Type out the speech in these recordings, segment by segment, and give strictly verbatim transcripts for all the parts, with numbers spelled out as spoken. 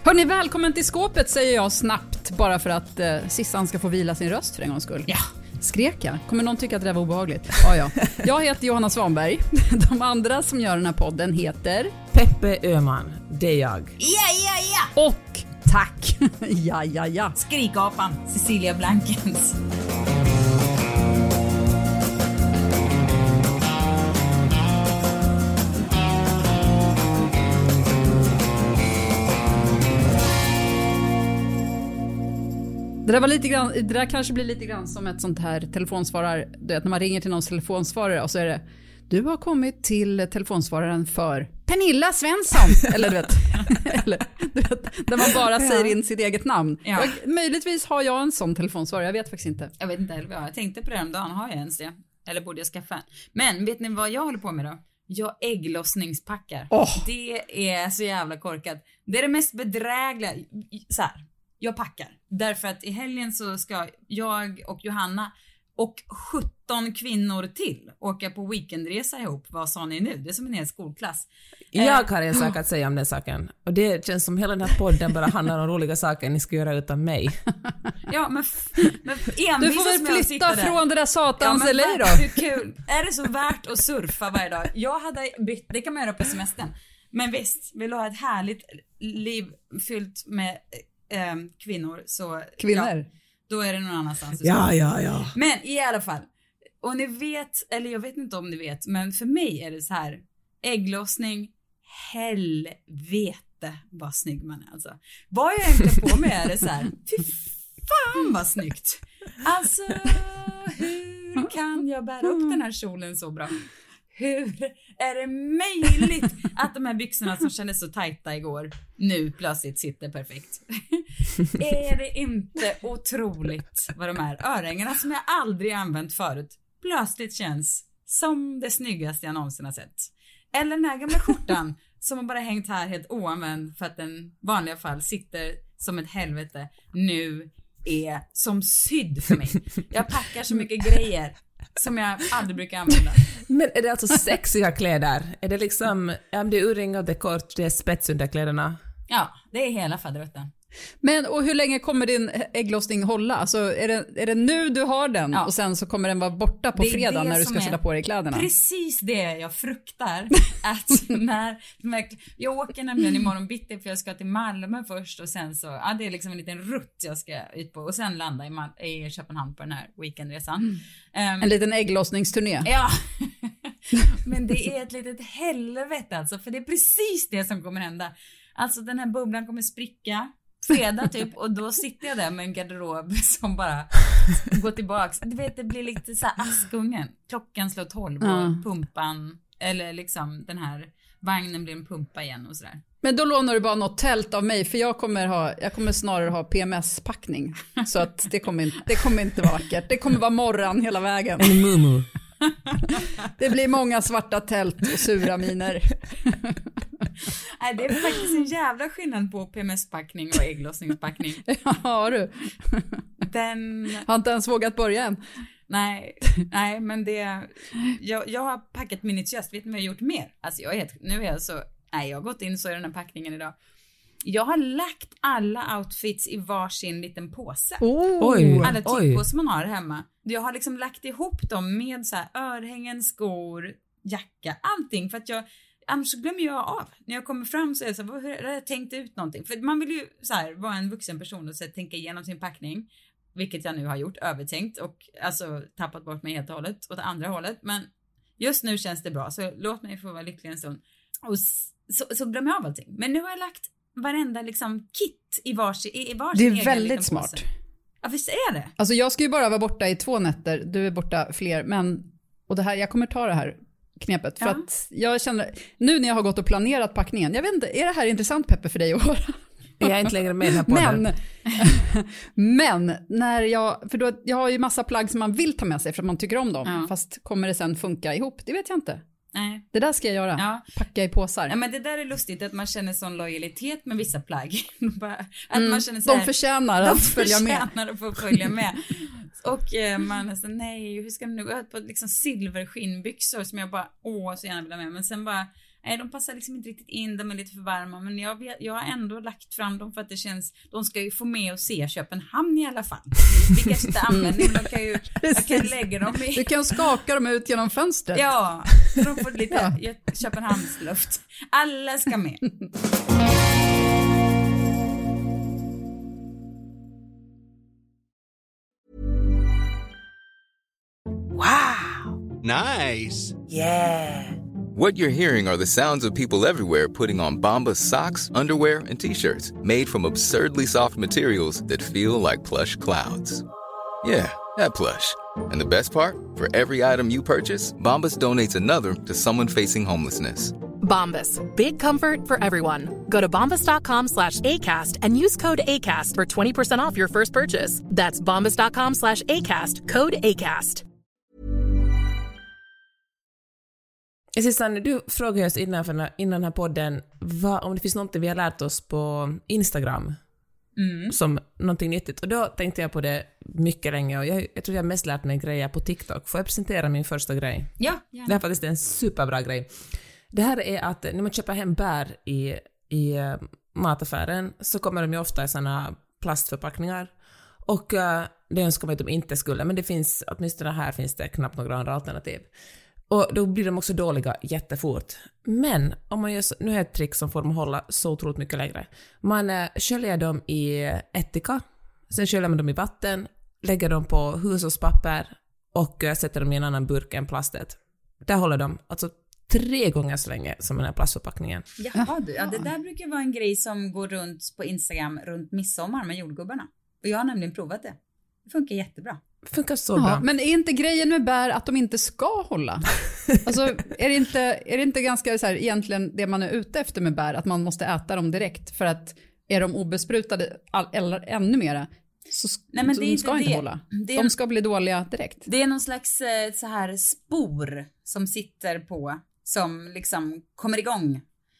Hörrni, välkommen till skåpet, säger jag snabbt, bara för att eh, Sissan ska få vila sin röst för en gångs skull. Ja. Skrek jag? Kommer någon tycka att det var obehagligt? Ja, ja. Jag heter Johanna Svanberg. De andra som gör den här podden heter... Peppe Öhman, det är jag. Ja, ja, ja! Och tack! ja, ja, ja. Skrikapan, Cecilia Blankens. Det där, var lite grann, det där kanske blir lite grann som ett sånt här telefonsvarar, du vet, när man ringer till någons telefonsvarare och så är det: du har kommit till telefonsvararen för Pernilla Svensson. Eller du vet, eller, du vet, där man bara säger in sitt eget namn. Ja. Jag, möjligtvis har jag en sån telefonsvarare, jag vet faktiskt inte. Jag vet inte heller vad jag tänkte på det här om dagen, har jag ens det? Eller borde jag skaffa en? Men vet ni vad jag håller på med då? Jag ägglossningspackar. Oh. Det är så jävla korkat. Det är det mest bedrägliga. Så här, jag packar. Därför att i helgen så ska jag och Johanna och sjutton kvinnor till åka på weekendresa ihop. Vad sa ni nu? Det är som en hel skolklass. Jag har en sak att säga om den saken. Och det känns som hela den här podden bara handlar om roliga saker ni ska göra utan mig. Ja, men, f- men du får väl flytta från det där satans ja, L A då. Hur kul. Är det så värt att surfa varje dag? Jag hade bytt, det kan man göra på semestern. Men visst, vill du ha ett härligt liv fyllt med eh, kvinnor så... Kvinnor? Ja, då är det någon annanstans. Ja, ja, ja. Men i alla fall. Och ni vet, eller jag vet inte om ni vet, men för mig är det så här: ägglossning, helvete vad snygg man är alltså. Vad jag inte på mig är det så här: fy fan vad snyggt. Alltså, hur kan jag bära upp den här kjolen så bra? Hur är det möjligt att de här byxorna som kändes så tajta igår nu plötsligt sitter perfekt? Är det inte otroligt vad de här örhängena som jag aldrig använt förut plötsligt känns som det snyggaste jag någonsin har sett? Eller den här gamla skjortan som har bara hängt här helt oanvänd för att den vanliga fall sitter som ett helvete nu är som sydd för mig. Jag packar så mycket grejer som jag aldrig brukar använda. Men är det alltså sexiga kläder? Är det liksom, ja, det är urringat, det är kort, det är spets under kläderna? Ja, det är hela faderutten. Men och hur länge kommer din ägglossning hålla? Alltså är det, är det nu du har den ja. och sen så kommer den vara borta på fredag när du ska sätta på dig kläderna? Precis det jag fruktar. Att när, när jag åker nämligen imorgon bitti för jag ska till Malmö först och sen så, ja det är liksom en liten rutt jag ska ut på och sen landa i, Mal- i Köpenhamn på den här weekendresan. Mm. Um, en liten ägglossningsturné. Ja. Men det är ett litet helvete alltså, för det är precis det som kommer hända. Alltså den här bubblan kommer spricka fredag typ och då sitter jag där med en garderob som bara går tillbaks. Du vet, det blir lite så här Askungen. Klockan slår tolv och mm. pumpan, eller liksom den här vagnen blir en pumpa igen och sådär. Men då lånar du bara något tält av mig, för jag kommer, ha, jag kommer snarare ha P M S-packning. Så att det kommer, inte, det kommer inte vara vackert. Det kommer vara morran hela vägen. En mumu. Det blir många svarta tält och sura miner. Nej, det är faktiskt en jävla skillnad på P M S-packning och ägglossningspackning. Ja, du. Den... Har inte ens vågat börja än. Nej, nej, men det... Jag, jag har packat minutiöst. Vet ni vad jag har gjort mer? Alltså, jag är helt... Nu är jag så... Nej, jag har gått in så i den här packningen idag. Jag har lagt alla outfits i varsin liten påse. Oh, oj, alla typer som man har hemma. Jag har liksom lagt ihop dem med så här örhängen, skor, jacka, allting. För att jag... Annars glömmer jag av. När jag kommer fram så är det så här, hur har jag tänkt ut någonting? För man vill ju så här, vara en vuxen person och så här, tänka igenom sin packning. Vilket jag nu har gjort, övertänkt. Och alltså tappat bort mig helt och hållet åt andra hållet. Men just nu känns det bra. Så låt mig få vara lycklig en stund. Och så, så glömmer jag av allting. Men nu har jag lagt varenda liksom kit i varsin, i varsin egen. Det är egen väldigt smart. Påse. Ja, visst är det? Alltså jag ska ju bara vara borta i två nätter. Du är borta fler. Men, och det här, jag kommer ta det här knepet. För ja. att jag känner, nu när jag har gått och planerat packningen. Jag vet inte, är det här intressant, Peppe, för dig att höra? Jag är inte längre med här podden. Men, men när jag, för då, jag har ju massa plagg som man vill ta med sig för att man tycker om dem. Ja. Fast kommer det sen funka ihop? Det vet jag inte. Nej. Det där ska jag göra. Ja. Packa i påsar. Ja, men det där är lustigt att man känner sån lojalitet med vissa plagg. att mm, man känner så här, de förtjänar att de följa med. De förtjänar att få följa med. Och eh, man är så, nej, hur ska man nu gå ut på liksom silverskinnbyxor som jag bara, åh, så gärna vill ha med. Men sen bara, nej, de passar liksom inte riktigt in, de är lite för varma, men jag, vet, jag har ändå lagt fram dem för att det känns, de ska ju få med och se Köpenhamn i alla fall. Vilka användning, de kan ju, jag kan lägga dem i. Du kan skaka dem ut genom fönstret. Ja, så de får lite ja. Köpenhamnsluft. Alla ska med. Wow. Nice. Yeah. What you're hearing are the sounds of people everywhere putting on Bombas socks, underwear, and T-shirts made from absurdly soft materials that feel like plush clouds. Yeah, that plush. And the best part? For every item you purchase, Bombas donates another to someone facing homelessness. Bombas. Big comfort for everyone. Go to bombas.com slash ACAST and use code ACAST for twenty percent off your first purchase. That's bombas.com slash ACAST. Code ACAST. Susanne, du frågade oss innan, för, innan den här podden vad, om det finns något vi har lärt oss på Instagram mm. som någonting nyttigt. Och då tänkte jag på det mycket länge och jag, jag tror jag har mest lärt mig grejer på TikTok. Får jag presentera min första grej? Ja, gärna. Det här är faktiskt en superbra grej. Det här är att när man köper hem bär i, i uh, mataffären så kommer de ju ofta i såna plastförpackningar. Och uh, det önskar man att de inte skulle, men det finns, åtminstone här finns det knappt några andra alternativ. Och då blir de också dåliga jättefort. Men om man gör så, nu är ett trick som får dem att hålla så otroligt mycket längre. Man uh, sköljer dem i ättika, sen sköljer man dem i vatten, lägger dem på hushållspapper och uh, sätter dem i en annan burk än plastet. Där håller de alltså tre gånger så länge som den här plastförpackningen. Jaha, du, ja, det där brukar vara en grej som går runt på Instagram runt midsommar med jordgubbarna. Och jag har nämligen provat det. Det funkar jättebra. Det funkar så ja, bra. Men är inte grejen med bär att de inte ska hålla? Alltså, är det inte, är det inte ganska så här, egentligen det man är ute efter med bär, att man måste äta dem direkt för att är de obesprutade all, eller ännu mera så, Nej, men så det är de ska inte inte det. hålla. Det är, de ska bli dåliga direkt. Det är någon slags så här spor som sitter på, som liksom kommer igång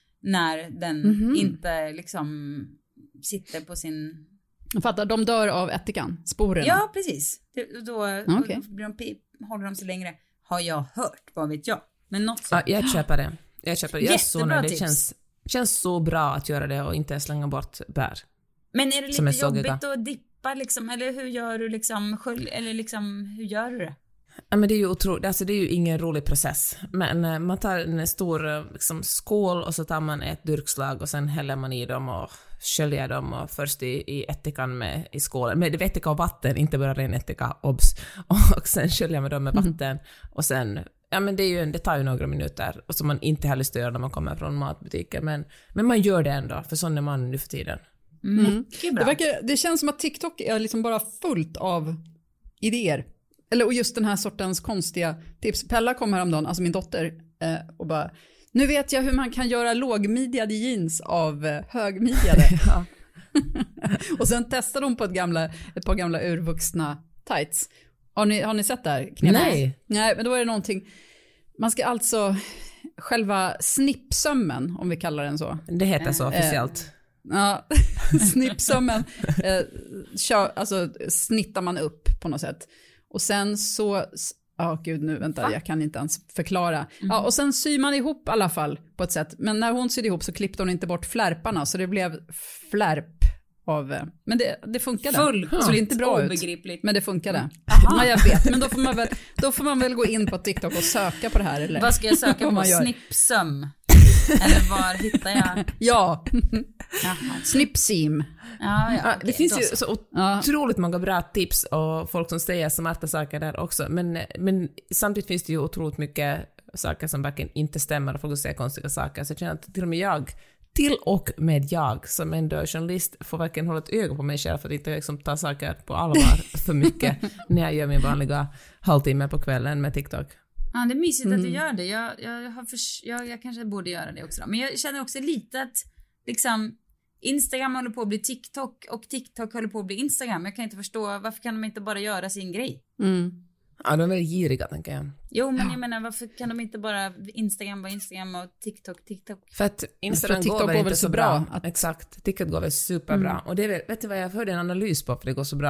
när den mm-hmm. inte liksom sitter på sin... Jag fattar, de dör av ättikan, sporerna. Ja, precis. Det, då, okay. då blir de pip, håller de sig längre. Har jag hört, vad vet jag. Men något så. Ja, jag köper det. Jag köper det. Jag så när det tips. känns, känns så bra att göra det och inte slänga bort bär. Men är det lite är jobbigt sågiga. att dippa liksom, eller hur gör du liksom, eller liksom, hur gör du det? Ja, men det är ju otroligt, alltså det är ju ingen rolig process. Men eh, man tar en stor liksom, skål och så tar man ett durkslag och sen häller man i dem och sköljer dem och först i, i ättikan med i skålen. Men det är ättika och vatten, inte bara ren ättika, obs. Och sen sköljer man dem med vatten mm. och sen, ja men det, är ju, det tar ju några minuter och som man inte heller stör när man kommer från matbutiken. Men, men man gör det ändå, för sån är man nu för tiden. Mm. Mm. Det, verkar, det känns som att TikTok är liksom bara fullt av idéer. Eller och just den här sortens konstiga tips. Pella kom häromdagen, alltså min dotter, eh, och bara, nu vet jag hur man kan göra lågmidjade jeans av eh, högmidjade. Ja. Och sen testade hon på ett, gamla, ett par gamla urvuxna tights. Har ni, har ni sett det här? Knäppet? Nej. Nej, men då är det någonting. Man ska alltså, själva snippsömmen, om vi kallar den så. Det heter så officiellt. Eh, ja, snippsömmen eh, kör, alltså snittar man upp på något sätt. Och sen så, ja oh, gud nu, vänta, Va? jag kan inte ens förklara. Mm. Ja, och sen syr man ihop i alla fall på ett sätt. Men när hon sydde ihop så klippte hon inte bort flärparna, så det blev flärp av, men det, det funkade. Full, så det är inte bra obegripligt. Ut, men det funkade. Mm. Ja, jag vet, men då får, man väl, då får man väl gå in på TikTok och söka på det här. Eller? Vad ska jag söka på? Snippsöm? Eller var hittar jag? Ja, snippsim. Ja, ja, ja, okay, det finns ju så. så otroligt många bra tips och folk som säger smarta saker där också. Men, men samtidigt finns det ju otroligt mycket saker som verkligen inte stämmer och folk säger konstiga saker. Så jag känner att till och med jag, till och med jag som ändå journalist får verkligen hålla ett öga på mig själv för att inte liksom ta saker på allvar för mycket när jag gör min vanliga halvtimme på kvällen med TikTok. Ja, det är mysigt mm. att du gör det. Jag, jag, har för, jag, jag kanske borde göra det också. Då. Men jag känner också lite att liksom, Instagram håller på att bli TikTok och TikTok håller på att bli Instagram. Jag kan inte förstå, varför kan de inte bara göra sin grej? Mm. Ja, de är väldigt giriga, tänker jag. Jo, men ja. jag menar, varför kan de inte bara Instagram vara Instagram och TikTok TikTok? För att Instagram för går väl inte så bra. bra. Att... Exakt, TikTok går väl superbra. Mm. Och det är väl, vet du vad, jag hörde en analys på för det går så bra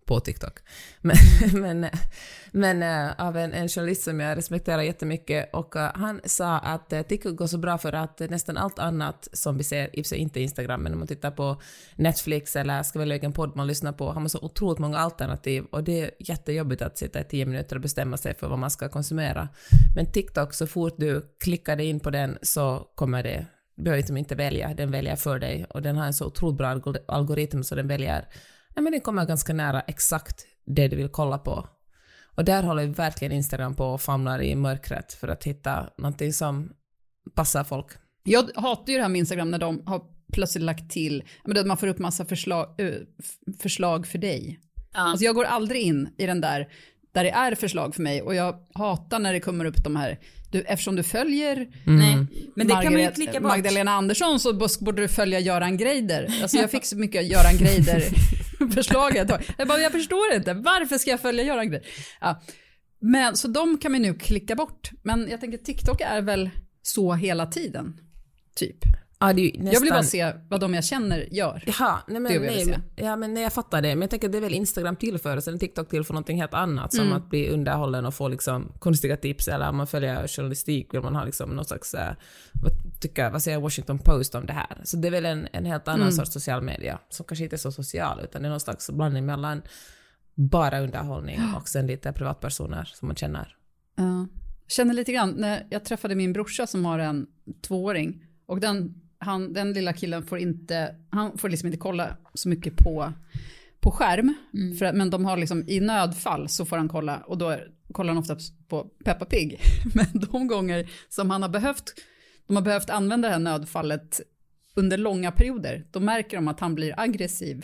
på TikTok. Men, men, men äh, av en, en journalist som jag respekterar jättemycket, och äh, han sa att äh, TikTok går så bra för att äh, nästan allt annat som vi ser, i och för sig inte Instagram, men om man tittar på Netflix eller ska välja en podd man lyssnar på, har man så otroligt många alternativ, och det är jättejobbigt att sitta i tio minuter och bestämma sig för vad man ska konsumera. Men TikTok, så fort du klickar in på den så kommer det, du behöver liksom inte välja, den väljer för dig, och den har en så otroligt bra algoritm så den väljer. Ja, men den kommer ganska nära exakt det du vill kolla på. Och där håller verkligen Instagram på och famlar i mörkret för att hitta någonting som passar folk. Jag hatar ju det här med Instagram när de har plötsligt lagt till, men att man får upp massa förslag, uh, förslag för dig. Ja. Alltså jag går aldrig in i den där, där det är förslag för mig, och jag hatar när det kommer upp de här, du, eftersom du följer mm. Nej, men det Margaret, kan man ju klicka bort. Magdalena Andersson, så borde du följa Göran Greider. Alltså jag fick så mycket Göran Greider förslaget. Jag bara, jag förstår inte, varför ska jag följa Göran Greider? Ja. Men så de kan man nu klicka bort. Men jag tänker TikTok är väl så hela tiden, typ. Ja, det är nästan... Jag vill bara se vad de jag känner gör. Jaha, nej men, nej, men, ja, men nej, jag fattar det. Men jag tänker att det är väl Instagram till för oss, eller TikTok till för någonting helt annat. Som mm. att bli underhållen och få liksom konstiga tips, eller om man följer journalistik vill man ha liksom någon slags, äh, vad, tycker, vad säger Washington Post om det här? Så det är väl en, en helt annan mm. sorts social media, som kanske inte är så social, utan det är någon slags blandning mellan bara underhållning och sen lite privatpersoner som man känner. Ja. Jag känner lite grann, när jag träffade min brorsa som har en tvååring, och den Han, den lilla killen får inte, han får liksom inte kolla så mycket på, på skärm. Mm. För, men de har liksom, i nödfall så får han kolla, och då kollar han ofta på Peppa Pig. Men de gånger som han har behövt, de har behövt använda det här nödfallet under långa perioder, då märker de att han blir aggressiv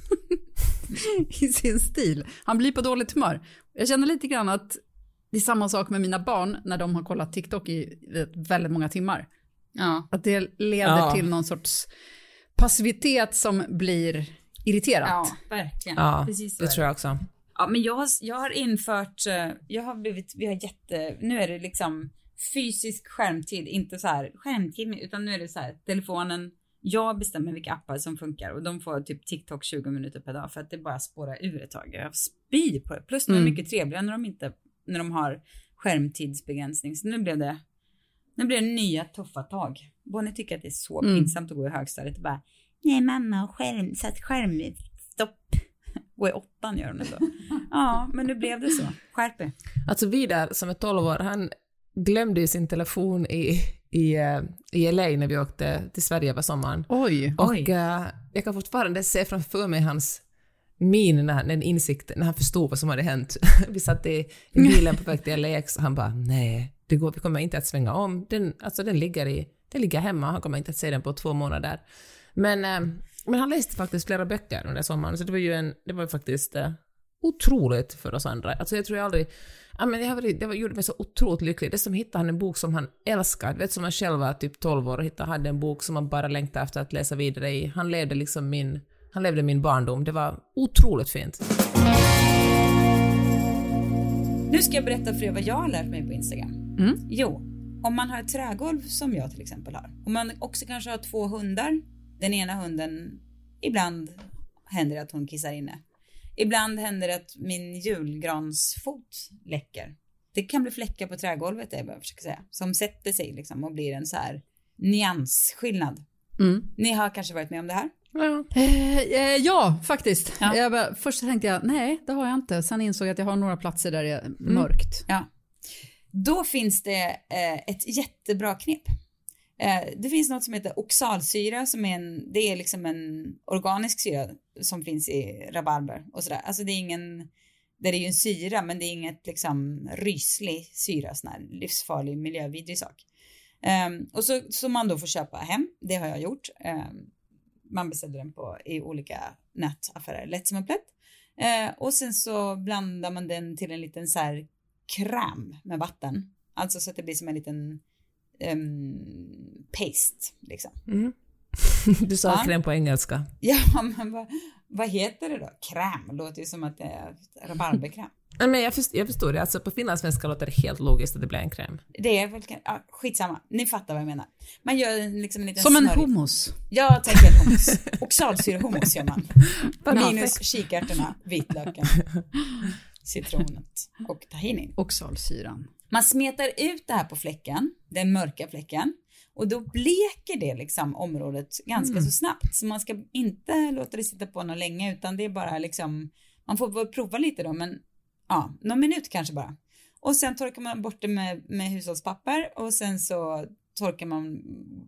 i sin stil. Han blir på dåligt humör. Jag känner lite grann att det är samma sak med mina barn när de har kollat TikTok i väldigt många timmar. Ja. Att det leder ja. till någon sorts passivitet som blir irriterat. Ja, verkligen. Ja, Precis det tror jag också. Ja, men jag har, jag har infört, jag har blivit, vi har jätte, nu är det liksom fysisk skärmtid, inte så här skärmtid, utan nu är det så här, telefonen, jag bestämmer vilka appar som funkar, och de får typ TikTok tjugo minuter per dag, för att det bara spårar ur ett tag. Jag spyr på det. Plus de är mm. mycket trevligare när de inte, när de har skärmtidsbegränsning. Så nu blev det Nu blir det nya tuffa tag. Bonnie tycker att det är så mm. pinsamt att gå i högstadiet och bara, nej mamma, skärm, satt skärm, stopp. Gå i åttan gör hon ändå. Ja, men nu blev det så. Skärp er. Alltså Vidar som är tolv år, han glömde ju sin telefon i, i, i L A när vi åkte till Sverige över sommaren. Oj, och oj. Uh, jag kan fortfarande se framför mig hans min när den insikten, när han förstod vad som hade hänt. Vi satt i, i bilen på väg till L A X och han bara, nej. Det går, vi kommer inte att svänga om. Den, alltså den ligger, i, den ligger hemma. Han kommer inte att se den på två månader. Men, eh, men han läste faktiskt flera böcker under sommaren. Så det var ju, en, det var ju faktiskt eh, otroligt för oss andra. Alltså jag tror jag aldrig... Ja, men jag var, det var, gjorde mig så otroligt lycklig. Det som hittade han en bok som han älskade. Vet som han själv var typ tolv år och hittade hade en bok som han bara längtade efter att läsa vidare i. Han levde liksom min, han levde min barndom. Det var otroligt fint. Nu ska jag berätta för er vad jag har lärt mig på Instagram. Mm. Jo, om man har ett trägolv som jag till exempel har. Om man också kanske har två hundar. Den ena hunden, ibland händer det att hon kissar inne. Ibland händer det att min julgransfot läcker. Det kan bli fläckar på trägolvet, det är vad jag försöker säga. Som sätter sig liksom och blir en så här nyansskillnad. Mm. Ni har kanske varit med om det här? Ja, eh, eh, ja faktiskt. Ja. Jag bara, först tänkte jag, nej det har jag inte. Sen insåg jag att jag har några platser där det är mörkt. Mm. Ja. Då finns det eh, ett jättebra knep. Eh, det finns något som heter oxalsyra, som är en, det är liksom en organisk syra som finns i rabarber och sådär. Alltså det är ingen, det är ju en syra, men det är inget liksom ryslig syra, sån här livsfarlig miljövidrig sak. Eh, och så, så man då får köpa hem, det har jag gjort. Eh, man beställer den på i olika nätaffärer, lätt som en plätt. Eh, och sen så blandar man den till en liten så här kräm med vatten. Alltså så att det blir som en liten um, paste liksom. Mm. Du sa ja. Kräm på engelska. Ja, men bara, vad heter det då? Kräm, låter ju som att det är rabarberkräm. Nej, men jag, först, jag förstår det, alltså på finlandssvenska låter det helt logiskt att det blir en kräm. Det är väl, ja, skitsamma, ni fattar vad jag menar. Man gör liksom en liten Som en snurrig. hummus. Ja, tänk en hummus. Oxalsyrehummus gör man. Minus kikärtorna, vitlöken, citronet och tahinin. Oxalsyran. Man smetar ut det här på fläcken, den mörka fläcken. Och då bleker det liksom området ganska mm. så snabbt. Så man ska inte låta det sitta på någon länge, utan det är bara liksom, man får prova lite då, men ja, någon minut kanske bara. Och sen torkar man bort det med, med hushållspapper och sen så torkar man,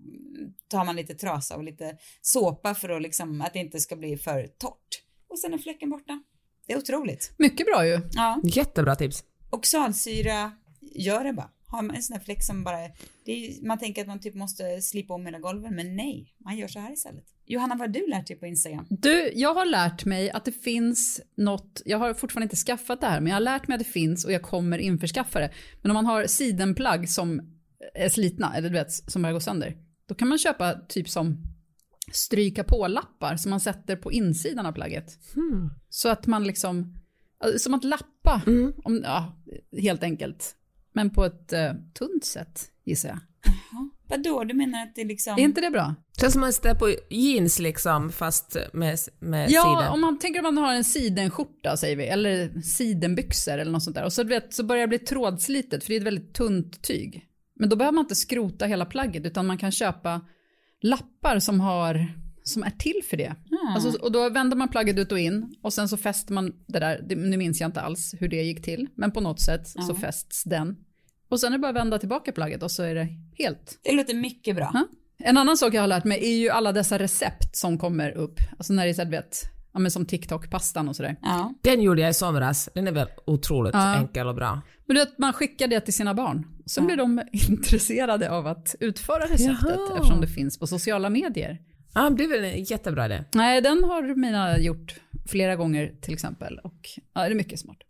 tar man lite trasa och lite såpa för att, liksom, att det inte ska bli för torrt. Och sen är fläcken borta. Det är otroligt. Mycket bra ju. Ja. Jättebra tips. Oxalsyra, gör det bara. Har man en sån här fläck som bara, det är, man tänker att man typ måste slipa om hela golven, men nej, man gör så här istället. Johanna, vad har du lärt dig på Instagram? Du, jag har lärt mig att det finns något, jag har fortfarande inte skaffat det här, men jag har lärt mig att det finns och jag kommer införskaffa det. Men om man har sidenplagg som är slitna, eller du vet, som börjar gå sönder, då kan man köpa typ som stryka på lappar som man sätter på insidan av plagget. Hmm. Så att man liksom, som att lappa, mm. om, ja, helt enkelt. Men på ett uh, tunt sätt, gissar jag. Jaha. Vadå? Du menar att det liksom... Är inte det bra? Det känns som man sätter på jeans liksom, fast med, med ja, siden. Ja, om man tänker att man har en sidenskjorta, säger vi, eller sidenbyxor eller något sånt där. Och så, vet, så börjar det bli trådslitet, för det är ett väldigt tunt tyg. Men då behöver man inte skrota hela plagget, utan man kan köpa lappar som har... som är till för det. Mm. Alltså, och då vänder man plagget ut och in och sen så fäster man det där, det, nu minns jag inte alls hur det gick till, men på något sätt mm. så fästs den. Och sen är det bara att vända tillbaka plagget och så är det helt. Det låter mycket bra. Ja. En annan sak jag har lärt mig är ju alla dessa recept som kommer upp. Alltså när det är så här, vet, ja, men som TikTok-pastan och sådär. Ja. Den gjorde jag i somras. Den är väl otroligt ja. enkel och bra. Men du vet, man skickar det till sina barn. Så ja. blir de intresserade av att utföra receptet. Jaha. Eftersom det finns på sociala medier. Ja, det är väl en jättebra idé. Nej, den har mina gjort flera gånger till exempel. Och ja, det är mycket smart.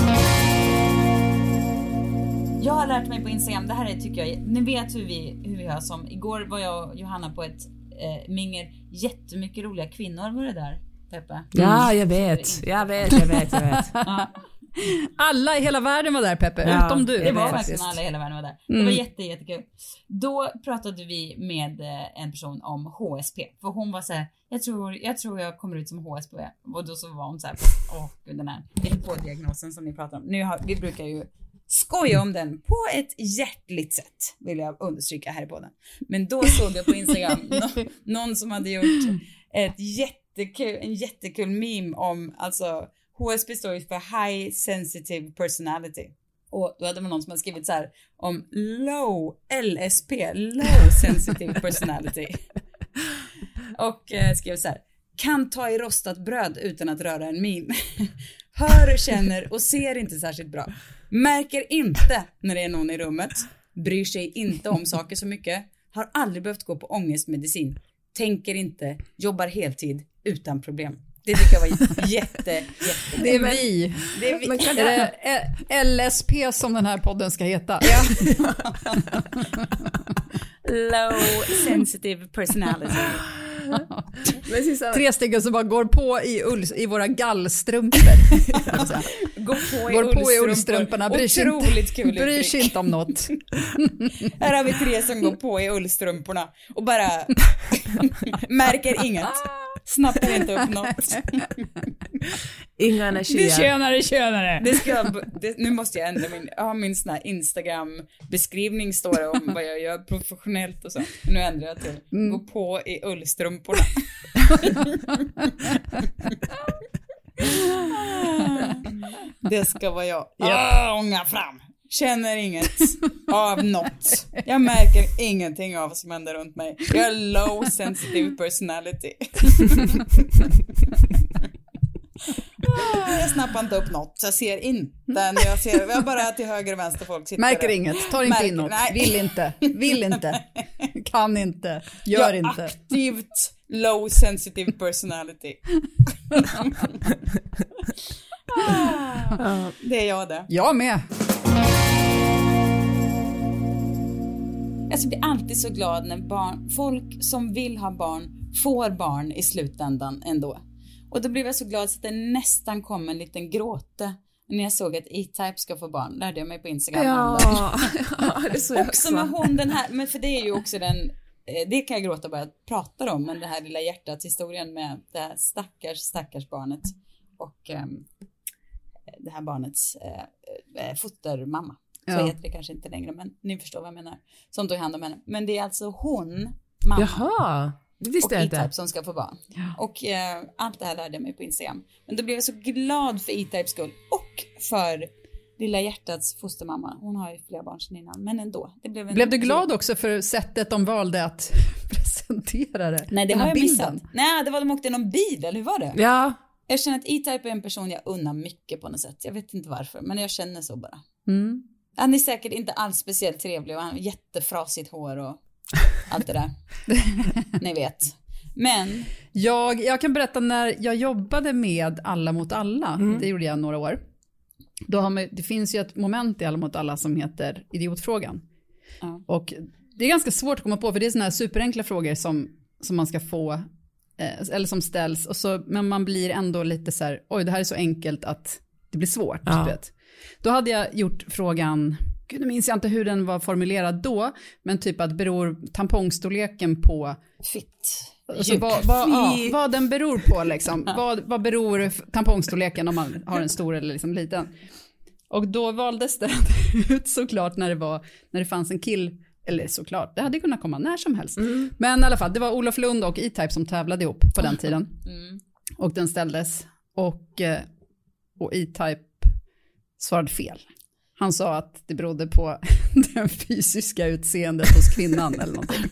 Jag har lärt mig på Instagram, det här är, tycker jag, ni vet hur vi, hur vi har som, igår var jag och Johanna på ett eh, mingel, jättemycket roliga kvinnor var det där, Peppe. Mm. Ja, jag vet, jag vet, jag vet, jag vet. Ja. Alla i hela världen var där, Peppe, ja, utom du. Det var faktiskt alla i hela världen var där. Mm. Det var jätte, jättekul. Då pratade vi med en person om H S P. För hon var så här, jag tror, jag tror jag kommer ut som H S P. Och då så var hon så här, åh gud, den här diagnosen som ni pratar om. Nu har, vi brukar ju skoja om den på ett hjärtligt sätt, vill jag understryka här i podden. Men då såg jag på Instagram någon, någon som hade gjort ett jättekul, en jättekul meme om, alltså H S P står ju för High Sensitive Personality. Och då hade man någon som hade skrivit så här om Low L S P, Low Sensitive Personality. Och eh, skrev så här: kan ta i rostat bröd utan att röra en min. Hör, känner och ser inte särskilt bra. Märker inte när det är någon i rummet. Bryr sig inte om saker så mycket. Har aldrig behövt gå på ångestmedicin. Tänker inte, jobbar heltid utan problem. Det tycker jag var jätte, jätte. Det är vi. Det är vi. Men kan det är L S P som den här podden ska heta. Ja. Low sensitive personality. Tre stycken som bara går på i, ull, i våra gallstrumpor. går på i, går ullstrumpor. På i ullstrumporna. Bryr sig Otroligt inte, kul bryr sig inte om något. Här har vi tre som går på i ullstrumporna och bara märker inget. Snappar inte upp något. Inga energier. Det tjänare, tjänare. Det ska, det, nu måste jag ändra min, jag har min sån här Instagram-beskrivning står det om vad jag gör professionellt och så. Nu ändrar jag till mm. gå på i ullstrumporna. Det ska vara jag. Ah, ånga fram. Känner inget av något. Jag märker ingenting av vad som händer runt mig. Jag har low sensitive personality. Jag snappar inte upp något. Jag ser inte när jag ser. Jag bara till höger och vänster folk sitter. Märker där. Inget. Tar inte Märker, in något. Nej. Vill inte. Vill inte. Kan inte. Gör jag inte. Aktivt low sensitive personality. ah, det är jag det. Jag med. Jag blir alltid så glad när barn, folk som vill ha barn får barn i slutändan ändå. Och då blev jag så glad så att det nästan kom en liten gråte när jag såg att E-Type ska få barn. Lärde jag mig på Instagram. Ja, ja det så också med hon den här, men för det är ju också den, det kan jag gråta bara att prata om, men det här lilla hjärtat historien med det här stackars, stackars barnet och um, det här barnets uh, fostermamma. Så Ja. heter det kanske inte längre, men ni förstår vad jag menar. Som tog hand om henne. Men det är alltså hon, mamma. Jaha, det visste Och jag inte. E-Type som ska få barn. Ja. Och eh, allt det här lärde jag mig på Instagram. Men då blev jag så glad för E-Types skull. Och för lilla hjärtats fostermamma. Hon har ju flera barn sedan innan. Men ändå. Det blev, en Blev du glad också för sättet de valde att presentera det? Nej, det Den har här jag bilden. missat. Nej, det var de åkte i någon bil, eller hur var det? Ja, Jag känner att E-Type är en person jag unnar mycket på något sätt. Jag vet inte varför, men jag känner så bara. Mm. Han är säkert inte alls speciellt trevlig och han har jättefrasigt hår och allt det där. Ni vet. Men Jag, jag kan berätta när jag jobbade med Alla mot alla, Mm. det gjorde jag några år. Då har man, det finns ju ett moment i Alla mot alla som heter idiotfrågan. Ja. Och det är ganska svårt att komma på, för det är såna här superenkla frågor som, som man ska få, eh, eller som ställs. Och så, men man blir ändå lite så här, oj det här är så enkelt att det blir svårt. Ja. Du vet. Då hade jag gjort frågan, gud nu minns jag inte hur den var formulerad då, men typ att beror tampongstorleken på, fitt. alltså vad, vad, ja, vad den beror på liksom. vad, vad beror tampongstorleken om man har en stor eller liksom liten. Och då valdes det ut såklart när det var, när det fanns en kill, eller såklart, det hade kunnat komma när som helst. Mm. Men i alla fall, det var Olof Lund och E-Type som tävlade ihop på den tiden. Mm. Och den ställdes och, eh, och E-Type svarade fel. Han sa att det berodde på det fysiska utseendet hos kvinnan eller någonting.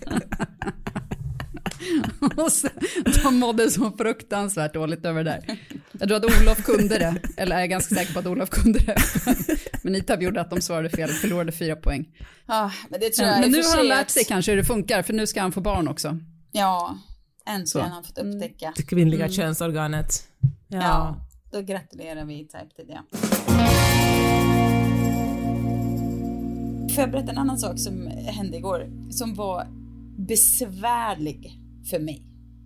Och så, de mådde så fruktansvärt dåligt över det där. Jag tror att Olof kunde det, eller jag är ganska säker på att Olof kunde det. Men E-Type gjorde att de svarade fel och förlorade fyra poäng. Ja, men det tror jag Men i nu och för har han sig lärt att- sig kanske hur det funkar, för nu ska han få barn också. Ja, äntligen Så. har han fått upptäcka. det kvinnliga könsorganet. Ja. Ja, då gratulerar vi E-Type till det. Får jag berätta en annan sak som hände igår som var besvärlig för mig.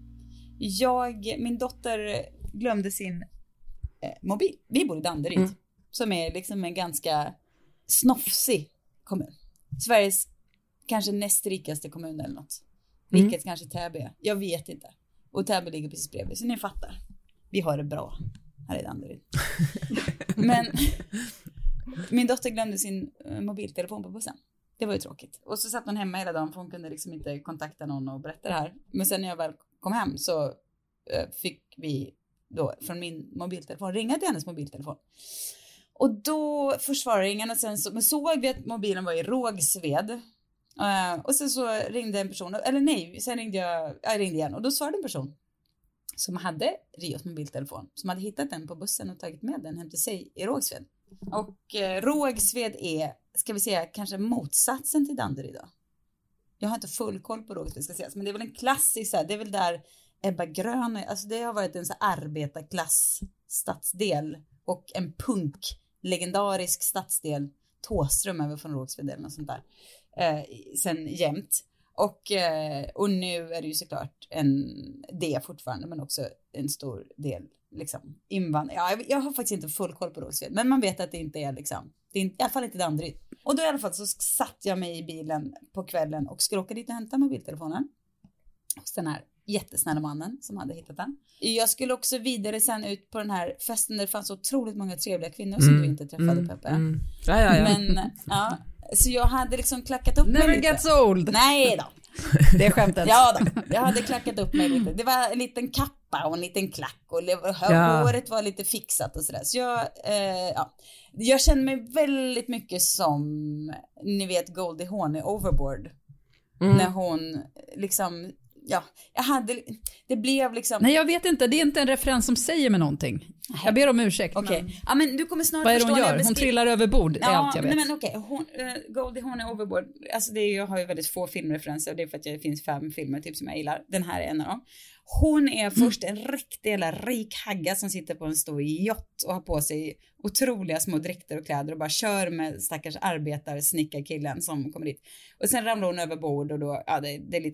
Jag, min dotter glömde sin eh, mobil. Vi bor i Danderyd, Mm. som är liksom en ganska snofsig kommun. Sveriges kanske näst rikaste kommun eller något. Mm. Vilket kanske Täby är. Jag vet inte. Och Täby ligger precis bredvid, så ni fattar. Vi har det bra här i Danderyd. Men min dotter glömde sin eh, mobiltelefon på bussen. Det var ju tråkigt. Och så satt hon hemma hela dagen för hon kunde liksom inte kontakta någon och berätta det här. Men sen när jag väl kom hem så eh, fick vi då från min mobiltelefon ringa till hennes mobiltelefon. Och då försvarade ingen och sen så, men såg vi att mobilen var i Rågsved. Uh, och sen så ringde en person, eller nej, sen ringde jag, jag ringde igen och då svarade en person som hade Rios mobiltelefon, som hade hittat den på bussen och tagit med den hem till sig i Rågsved. Och eh, Rågsved är, ska vi säga, kanske motsatsen till Danderyd då. Jag har inte full koll på Rågsved ska sägas, men det är väl en klassisk så här, det är väl där Ebba Grön, alltså det har varit en så här arbetarklass stadsdel och en punk legendarisk stadsdel, Tåström över från Rågsved eller något sånt där. Eh, sen jämt. Och, eh, och nu är det ju såklart en det fortfarande, men också en stor del liksom invandring. Ja, jag, jag har faktiskt inte full koll på Rågsved, men man vet att det inte är liksom, det är inte, i alla fall inte Danderyd. Och då i alla fall så satt jag mig i bilen på kvällen och skulle åka dit och hämta mobiltelefonen hos den här jättesnälla mannen som hade hittat den. Jag skulle också vidare sen ut på den här festen där det fanns otroligt många trevliga kvinnor som Mm. du inte träffade, Mm. Peppe. Mm. Ja, ja, ja. Men ja, så jag hade liksom klackat upp mig Never lite. gets old. Nej då. Det är skämtet. Ja då, jag hade klackat upp mig lite. Det var en liten kappa och en liten klack och Ja. håret var lite fixat och sådär. Så jag, eh, ja. Jag känner mig väldigt mycket som, ni vet, Goldie Hawn i Overboard. Mm. När hon liksom, ja, jag hade, det blev liksom. Nej, jag vet inte. Det är inte en referens som säger mig någonting. Jag ber om ursäkt. Okej, Men ja men du kommer snart vad är det förstå hon när jag gör? Hon beskri- trillar över bord, det är allt jag vet. Nej, men okej, hon, uh, Goldie Hawn är Overboard. Alltså det är, jag har ju väldigt få filmreferenser och det är för att det finns fem filmer typ som jag gillar. Den här är en av dem. Hon är först en riktig jävla rik hagga som sitter på en stor yacht och har på sig otroliga små dräkter och kläder och bara kör med stackars arbetare, snickarkillen som kommer dit. Och sen ramlar hon över bord och då, ja det, det är lite ok-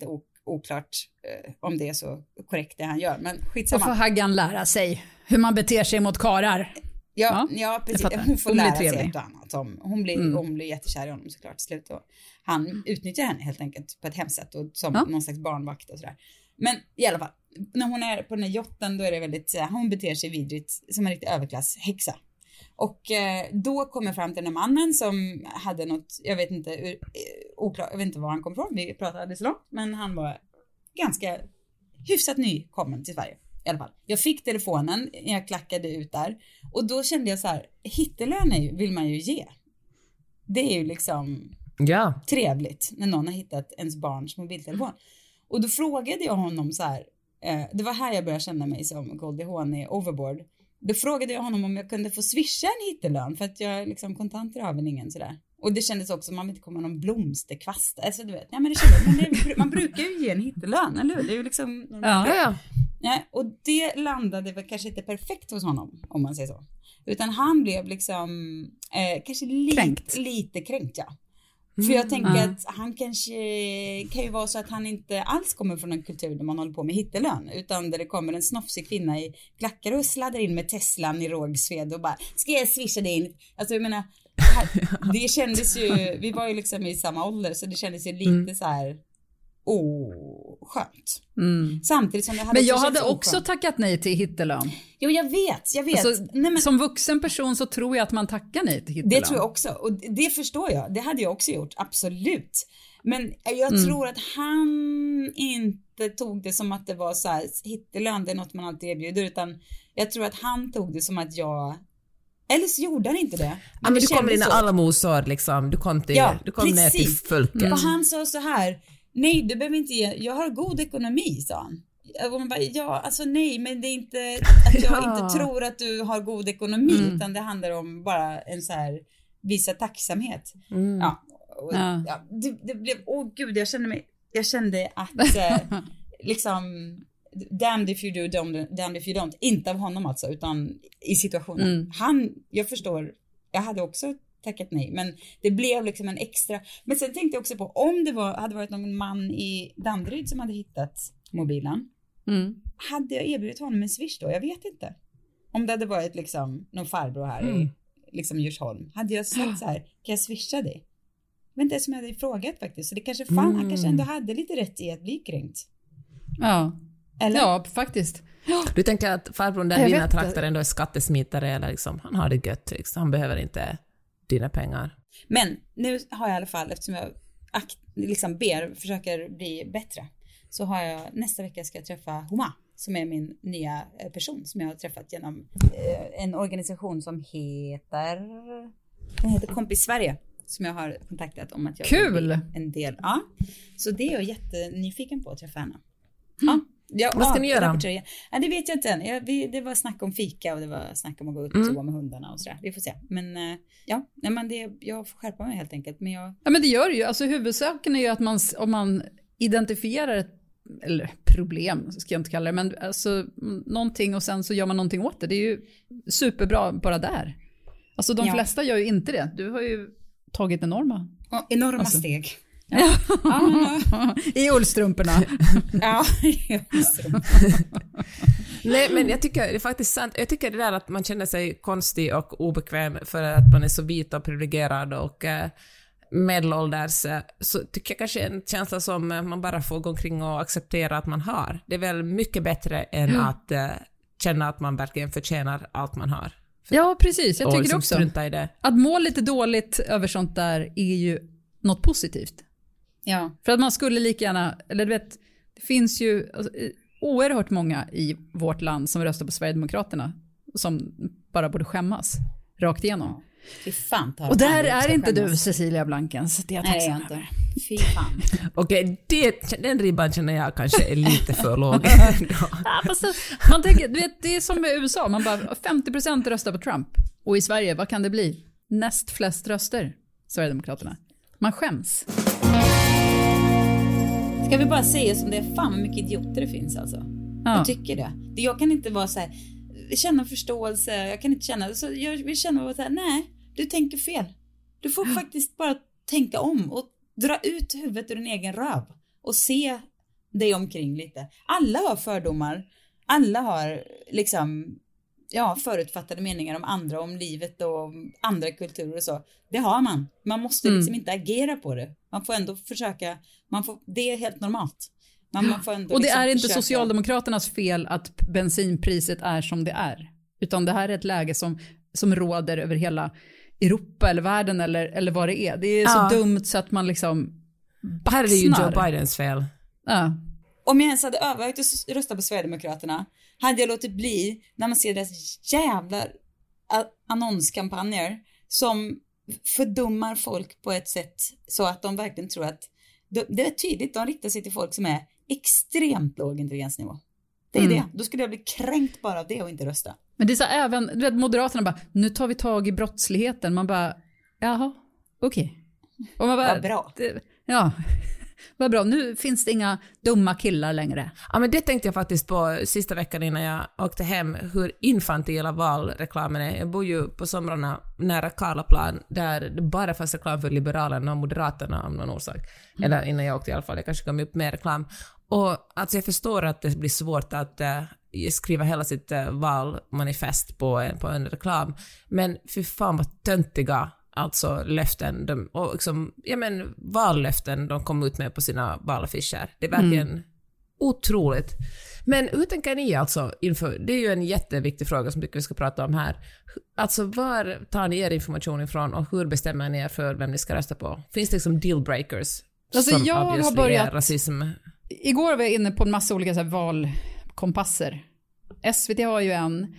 oklart eh, om det är så korrekt det han gör, men Så skitsamma. får Haggan lära sig hur man beter sig mot karar. Ja, Ja, ja precis. jag fattar. Hon får Hon blir lära sig trevlig. ett och annat. Om, hon, blir, Mm. hon blir jättekär i honom såklart till slut. Och han utnyttjar henne helt enkelt på ett hemsätt och som Ja. någon slags barnvakt och sådär. Men i alla fall, när hon är på den här jotten då är det väldigt, så här, hon beter sig vidrigt som en riktig överklasshäxa. Och eh, då kommer fram till den här mannen som hade något, jag vet inte, ur, eh, oklar, jag vet inte var han kom ifrån, vi pratade så långt, men han var ganska hyfsat nykommen till Sverige. I alla fall. Jag fick telefonen, jag klackade ut där och då kände jag så här, hittelön är ju, vill man ju ge. Det är ju liksom Ja. trevligt när någon har hittat ens barns mobiltelefon. Och då frågade jag honom så här, eh, det var här jag började känna mig som Goldie Hawn i Overboard. Då frågade jag honom om jag kunde få swisha en hittelön för att jag liksom kontanter har väl ingen sådär. Och det kändes också som man inte kommer någon blomsterkvast. Alltså du vet, ja men det kändes, men det, man brukar ju ge en hittelön, eller hur? Det är ju liksom... Ja. Ja, ja. Nej, och det landade väl kanske inte perfekt hos honom, om man säger så. Utan han blev liksom eh, kanske li- Kränkt. lite kränkt, ja. För jag tänker Ja. att han kanske kan ju vara så att han inte alls kommer från en kultur där man håller på med hittelön. Utan där det kommer en snofsig kvinna i klackar och sladdar in med Teslan i Rågsved och bara, ska jag swisha dig in? Alltså jag menar, här, det kändes ju, vi var ju liksom i samma ålder så det kändes ju lite Mm. så här, åh, skönt. Mm. Samtidigt som det hade Men jag också hade känts också oskönt. tackat nej till hittelön. Jo, jag vet, jag vet. Alltså, Nej, men Som vuxen person så tror jag att man tackar nej till hittelön. det tror jag också. Och det förstår jag. Det hade jag också gjort, absolut. Men jag Mm. tror att han inte tog det som att det var så här, hittelön, det är något man alltid erbjuder. Utan jag tror att han tog det som att jag... Eller så gjorde han inte det. Ja, men det du kom med kändes dina så. allmosor liksom. Du kom, till, Ja, du kom ner till precis. folket. Och han sa så här, nej du behöver inte ge, jag har god ekonomi, sa han. Och man bara, ja alltså nej, men det är inte att jag Ja. inte tror att du har god ekonomi, Mm. utan det handlar om bara en så här, visa tacksamhet. Mm. Ja, och, Ja. ja det, det blev, åh gud, jag kände mig, jag kände att eh, liksom, damned if you do, damned, damned if you don't, inte av honom alltså, utan i situationen. Mm. Han, jag förstår, jag hade också tackat nej, men det blev liksom en extra, men sen tänkte jag också på om det var, hade varit någon man i Danderyd som hade hittat mobilen, Mm. hade jag erbjudit honom en swish då? Jag vet inte. Om det hade varit liksom någon farbror här Mm. i liksom Djursholm, hade jag sagt så här, kan jag swisha dig? Men det som jag hade frågat faktiskt, så det kanske fan, Mm. han kanske ändå hade lite rätt i att bli kränkt. Ja. Eller? ja, faktiskt. Du tänker att farbrorn där Jag dina vet trakter ändå är skattesmitare eller liksom, han har det gött liksom. Han behöver inte dina pengar. Men nu har jag i alla fall, eftersom jag akt, liksom ber, försöker bli bättre, så har jag, nästa vecka ska jag träffa Homa, som är min nya eh, person som jag har träffat genom eh, en organisation som heter, den heter Kompis Sverige, som jag har kontaktat om att jag Kul! vill bli en del. Ja, så det är jag jättenyfiken på att träffa henne. Ja. Ja, Vad ska ja, ni göra? rapportera. Ja, det vet jag inte än. Jag, vi, det var snack om fika och det var snack om att gå ut och Mm. gå med hundarna och sådär. Vi får se. Men eh, ja, nej, men det, jag får skärpa mig helt enkelt. Men jag, Ja, men det gör det ju. Alltså huvudsaken är ju att man, om man identifierar ett eller problem, ska jag inte kalla det, men alltså mm, någonting och sen så gör man någonting åt det. Det är ju superbra bara där. Alltså de Ja. flesta gör ju inte det. Du har ju tagit enorma. ja, enorma Alltså. steg. Ja, ja, I ullstrumporna. ja. ja just det. Nej, men jag tycker det är faktiskt sant. Jag tycker det där att man känner sig konstig och obekväm för att man är så vit och privilegierad och eh, medelålders, eh, så tycker jag kanske en känsla som eh, man bara får gå omkring och acceptera att man har. Det är väl mycket bättre än Ja. att eh, känna att man verkligen förtjänar allt man har. Ja, precis. Jag och tycker det liksom också. strunta i det. Att må lite dåligt över sånt där är ju något positivt. Ja. För att man skulle lika gärna, eller du vet, det finns ju alltså, oerhört många i vårt land som röstar på Sverigedemokraterna som bara borde skämmas rakt igenom. Fy fan. tar Och där aldrig är ska inte du, skämmas. Cecilia Blankens. Det är jag Nej, det är tacksam jag över. inte. Fy fan. Okej, det, den ribban känner jag kanske är lite för låg. Ja, fast det, man tänker, du vet, det är som med U S A, man bara femtio procent röstar på Trump. Och i Sverige, vad kan det bli? Näst flest röster, Sverigedemokraterna. Man skäms. Ska vi bara säga som det är, fan vad mycket idioter det finns alltså. Ja. Jag tycker det. Jag kan inte vara så här, känna förståelse, jag kan inte känna, så jag vill känna så här, nej, du tänker fel. Du får faktiskt bara tänka om och dra ut huvudet ur din egen röv och se dig omkring lite. Alla har fördomar. Alla har liksom ja, förutfattade meningar om andra, om livet och andra kulturer och så. Det har man. Man måste mm. liksom inte agera på det. Man får ändå försöka, man får, det är helt normalt. Man, man får ändå och det liksom är inte försöka. Socialdemokraternas fel att bensinpriset är som det är. Utan det här är ett läge som, som råder över hela Europa eller världen eller, eller vad det är. Det är ja. så dumt så att man liksom baxnar. Här är det ju Joe Bidens fel. Ja. Om jag ens hade övervägt att rösta på Sverigedemokraterna hade jag låtit bli när man ser deras jävla annonskampanjer som fördummar folk på ett sätt så att de verkligen tror att det är tydligt, de riktar sig till folk som är extremt låg intelligensnivå. Det är mm. det. Då skulle jag bli kränkt bara av det och inte rösta. Men det är så även, du vet, Moderaterna bara, nu tar vi tag i brottsligheten. Man bara, jaha, okej. Okay. Och man bara, vad bra. Det, ja, vad bra. Nu finns det inga dumma killar längre. Ja, men det tänkte jag faktiskt på sista veckan innan jag åkte hem, hur infantila valreklamen är. Jag bor ju på somrarna nära Karlaplan, där det bara fanns reklam för Liberalerna och Moderaterna av någon orsak. Mm. Eller innan jag åkte i alla fall, jag kanske kom upp med reklam. Och alltså jag förstår att det blir svårt att uh, skriva hela sitt uh, valmanifest på, uh, på en reklam. Men för fan vad töntiga alltså löften, de, och liksom, ja men vallöften de kom ut med på sina valaffischer. Det är verkligen mm. otroligt. Men hur tänker ni alltså inför, det är ju en jätteviktig fråga som vi ska prata om här. Alltså var tar ni er information ifrån och hur bestämmer ni er för vem ni ska rösta på? Finns det liksom dealbreakers? Alltså som jag har börjat, rasism? Igår var jag inne på en massa olika så här, valkompasser. S V T har ju en,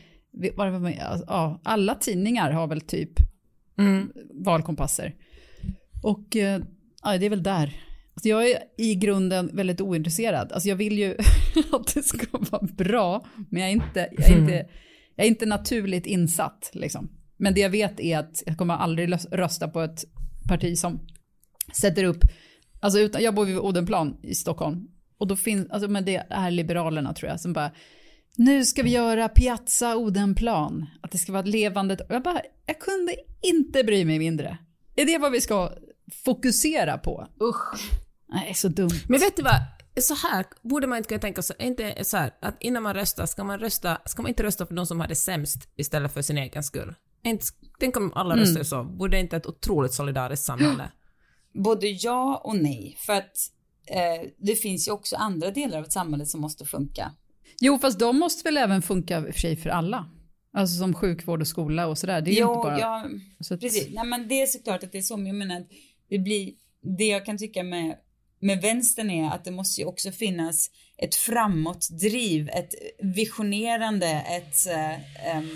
ja, alla tidningar har väl typ mm. valkompasser. Och ja, det är väl där. Alltså jag är i grunden väldigt ointresserad. Alltså jag vill ju att det ska vara bra, men jag är inte, jag är inte, jag är inte naturligt insatt. Liksom. Men det jag vet är att jag kommer aldrig rösta på ett parti som sätter upp, alltså utan, jag bor vid Odenplan i Stockholm. Och då finns, alltså men det är Liberalerna tror jag, som bara, nu ska vi göra Piazza Odenplan. Att det ska vara ett levande, och jag bara, jag kunde inte bry mig mindre. Är det vad vi ska fokusera på? Usch. Nej, så dumt. Men vet du vad, så här borde man inte kunna tänka så, inte så här, att innan man röstar ska man rösta, ska man inte rösta för de som har det sämst istället för sin egen skull. Inte, tänk om alla röstar mm. så, borde inte ett otroligt solidariskt samhälle? Både ja och nej, för att eh, det finns ju också andra delar av ett samhälle som måste funka. Jo, fast de måste väl även funka för sig för alla. Alltså som sjukvård och skola och sådär. Det är jo, inte bara... Ja, så att... precis. Nej, men det är såklart att det är så. Jag menar, det blir, det jag kan tycka med, med vänstern är att det måste ju också finnas ett framåtdriv, ett visionerande, ett äh, äh,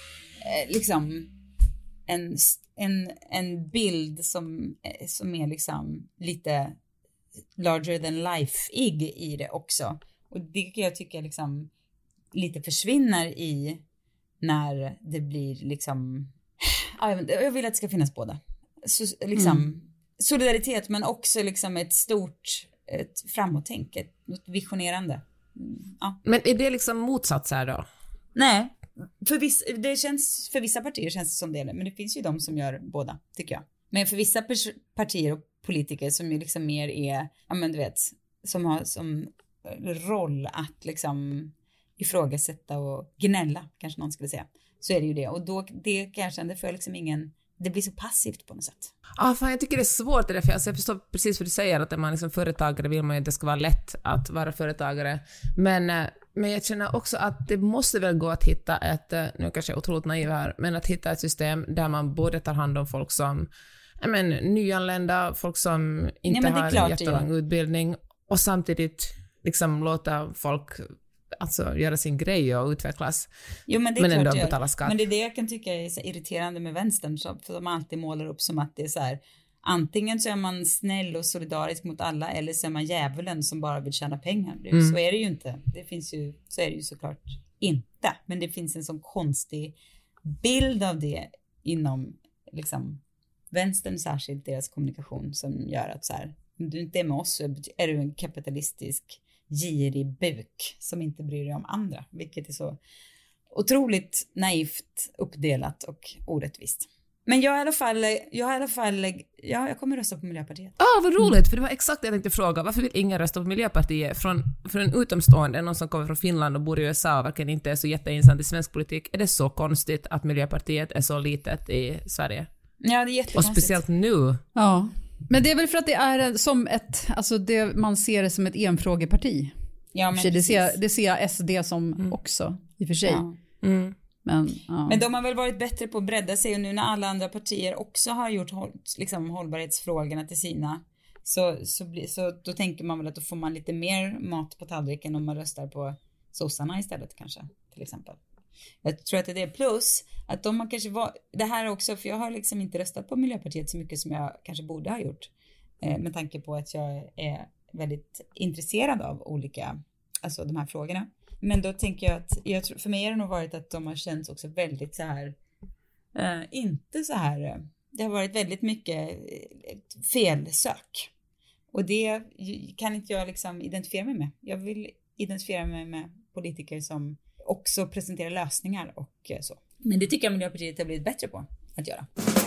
liksom en, en, en bild som, som är liksom lite larger than life-ig i det också. Och det kan jag tycka liksom lite försvinner i när det blir liksom, jag vill att det ska finnas båda. Så, liksom mm. solidaritet, men också liksom ett stort ett framåttänk, ett något visionerande. Mm, ja. Men är det liksom motsats här då? Nej, för vissa, det känns, för vissa partier känns det som det, men det finns ju de som gör båda, tycker jag. Men för vissa pers- partier och politiker som ju liksom mer är, ja men du vet, som har som roll att liksom ifrågasätta och gnälla, kanske någon skulle säga, så är det ju det. Och då, det kanske, det får liksom ingen, det blir så passivt på något sätt. Ja, ah, fan, jag tycker det är svårt det där, för alltså, jag förstår precis vad du säger, att när man liksom företagare vill man ju att det ska vara lätt att vara företagare. Men, men jag känner också att det måste väl gå att hitta ett, nu kanske jag är otroligt naiv här, men att hitta ett system där man både tar hand om folk som, jag men, nyanlända, folk som inte ja, har en jättelång utbildning, och samtidigt liksom låta folk alltså göra sin grej och utvecklas. Jo, men det är men klart ändå betala skatt. Men det är det jag kan tycka är så irriterande med vänstern, så, för de alltid målar upp som att det är så här, antingen så är man snäll och solidarisk mot alla, eller så är man djävulen som bara vill tjäna pengar. Det, mm. Så är det ju inte. Det finns ju, så är det ju såklart inte. Men det finns en sån konstig bild av det inom liksom vänstern, särskilt deras kommunikation, som gör att så här, om du inte är med oss så är du en kapitalistisk girig buk som inte bryr dig om andra, vilket är så otroligt naivt uppdelat och orättvist. Men jag i alla fall, jag i alla fall, ja, jag kommer rösta på Miljöpartiet. Ah, vad roligt, för det var exakt det jag tänkte fråga. Varför vill ingen rösta på Miljöpartiet? Från, från en utomstående, någon som kommer från Finland och bor i U S A och verkligen inte är så jätteinsatt i svensk politik. Är det så konstigt att Miljöpartiet är så litet i Sverige? Ja, det är jättekonstigt. Och speciellt nu. Ja, men det är väl för att det är som ett, alltså det, man ser det som ett enfrågeparti. Ja, men det, ser, det ser jag S D som mm. också, i och för sig. Ja. Mm. Men, ja. Men de har väl varit bättre på att bredda sig, och nu när alla andra partier också har gjort liksom, hållbarhetsfrågorna till sina, så, så, bli, så då tänker man väl att då får man lite mer mat på tallriken om man röstar på sossarna istället kanske, till exempel. Jag tror att det är plus att de har kanske var, det här också, för jag har liksom inte röstat på Miljöpartiet så mycket som jag kanske borde ha gjort, eh, med tanke på att jag är väldigt intresserad av olika, alltså de här frågorna. Men då tänker jag att, jag tror, för mig har det nog varit att de har känts också väldigt så här, eh, inte så här, eh, det har varit väldigt mycket eh, felsök. Och det kan inte jag liksom identifiera mig med. Jag vill identifiera mig med politiker som också presenterar lösningar och eh, så. Men det tycker jag Miljöpartiet har blivit bättre på att göra.